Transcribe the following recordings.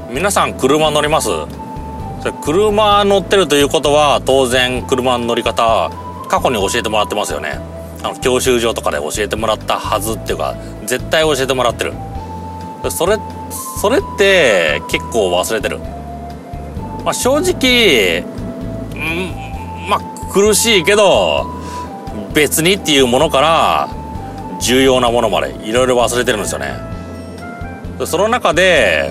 皆さん車乗ります？車乗ってるということは当然車の乗り方過去に教えてもらってますよね。教習所とかで教えてもらったはずっていうか絶対教えてもらってる。それって結構忘れてる。正直苦しいけど別にっていうものから重要なものまでいろいろ忘れてるんですよね。その中で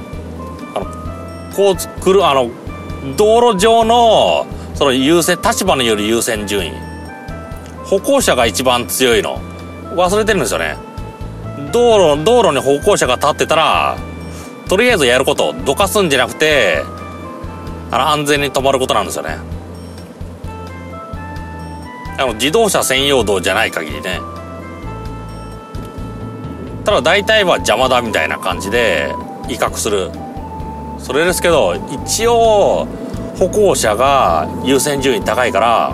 道路上のその立場による優先順位、歩行者が一番強いの忘れてるんですよね。道路に歩行者が立ってたらとりあえずやることどかすんじゃなくて安全に止まることなんですよね。自動車専用道じゃない限りね。ただ大体は邪魔だみたいな感じで威嚇する、それですけど一応歩行者が優先順位高いから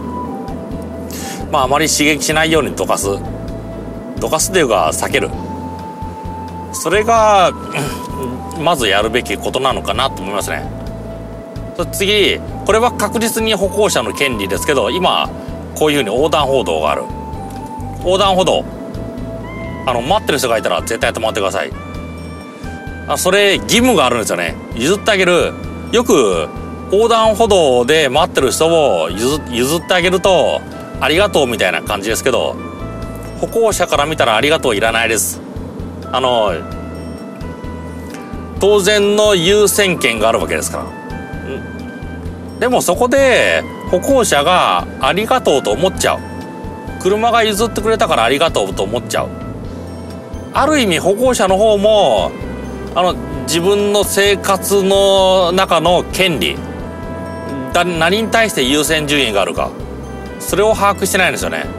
あまり刺激しないようにどかすっていうか避ける、それがまずやるべきことなのかなと思いますね。次、これは確実に歩行者の権利ですけど、今こういうふうに横断歩道がある。横断歩道待ってる人がいたら絶対止まってください。それ義務があるんですよね。譲ってあげる。よく横断歩道で待ってる人を譲ってあげるとありがとうみたいな感じですけど、歩行者から見たらありがとういらないです。当然の優先権があるわけですから。でもそこで歩行者がありがとうと思っちゃう。車が譲ってくれたからありがとうと思っちゃう。ある意味歩行者の方も自分の生活の中の権利何に対して優先順位があるか、それを把握してないんですよね。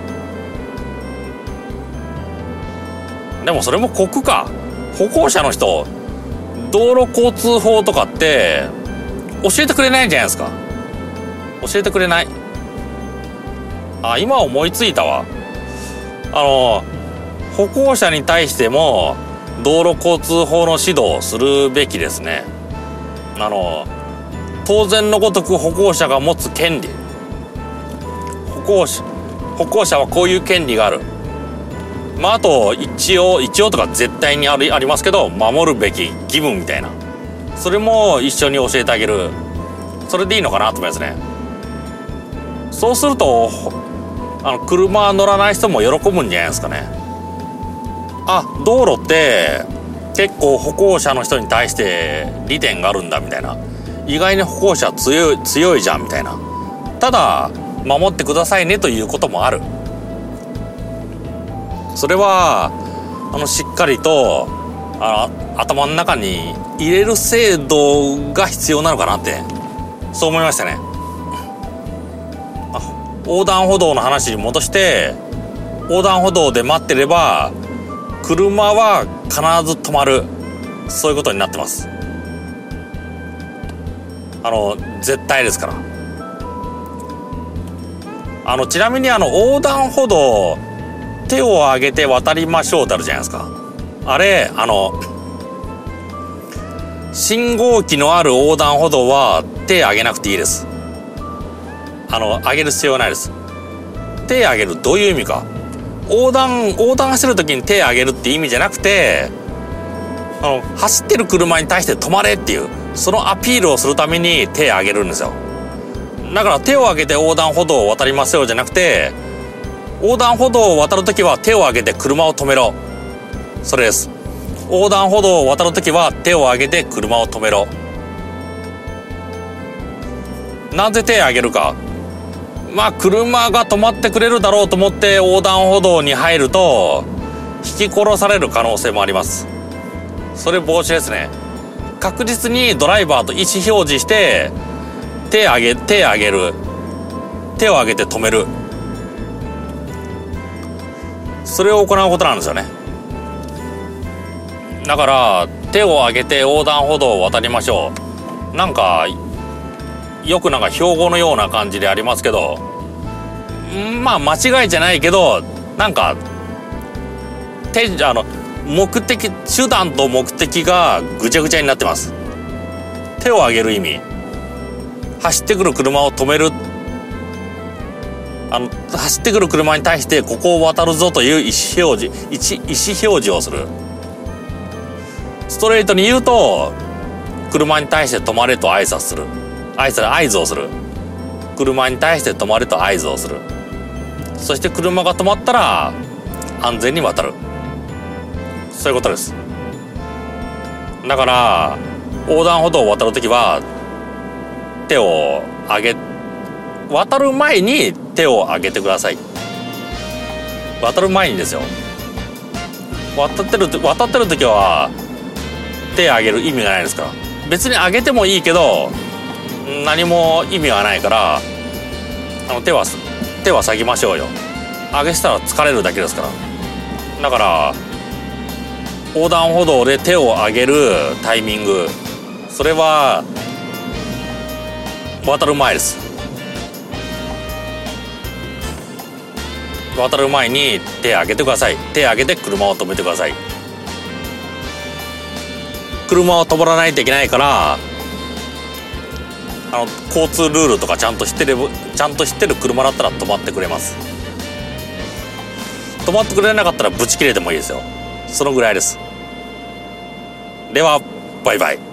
でもそれも酷か。歩行者の人道路交通法とかって教えてくれないんじゃないですか。教えてくれない。今思いついたわ。歩行者に対しても道路交通法の指導をするべきですね。当然のごとく歩行者が持つ権利、歩行者はこういう権利がある。あと一応とか絶対にありますけど、守るべき義務みたいな、それも一緒に教えてあげる。それでいいのかなと思いますね。そうすると車乗らない人も喜ぶんじゃないですかね。道路って結構歩行者の人に対して利点があるんだみたいな、意外に歩行者強いじゃんみたいな、ただ守ってくださいねということもある。それはしっかりと頭の中に入れる制度が必要なのかなって、そう思いましたね。横断歩道の話に戻して、横断歩道で待ってれば車は必ず止まる、そういうことになってます。絶対ですから。ちなみに横断歩道手を上げて渡りましょうってあるじゃないですか。あれ信号機のある横断歩道は手上げなくていいです。上げる必要はないです。手上げるどういう意味か、横断してる時に手上げるって意味じゃなくて、走ってる車に対して止まれっていうそのアピールをするために手上げるんですよ。だから手を上げて横断歩道を渡りますよじゃなくて、横断歩道を渡るときは手を上げて車を止めろ、それです。横断歩道を渡るときは手を上げて車を止めろ。なぜ手を上げるか、車が止まってくれるだろうと思って横断歩道に入ると引き殺される可能性もあります。それ防止ですね。確実にドライバーと意思表示して手を上げる、手を上げて止める、それを行うことなんですよね。だから手を上げて横断歩道を渡りましょう、よく標語のような感じでありますけど、間違いじゃないけど手段と目的がぐちゃぐちゃになってます。 手を上げる意味、走ってくる車を止める、走ってくる車に対してここを渡るぞという意思表示をする。ストレートに言うと、車に対して止まれと挨拶する。合図をする。車に対して止まれと合図をする。そして車が止まったら安全に渡る。そういうことです。だから横断歩道を渡るときは手を渡る前に手を上げてください。渡る前にですよ。渡ってる時は手を上げる意味がないですから。別に上げてもいいけど何も意味がないから、手は下げましょうよ。上げしたら疲れるだけですから。だから横断歩道で手を上げるタイミング、それは渡る前です。渡る前に手を上げてください。手を上げて車を止めてください。車を止まらないといけないから、交通ルールとかちゃんと知ってる車だったら止まってくれます。止まってくれなかったらブチ切れてもいいですよ。そのぐらいです。ではバイバイ。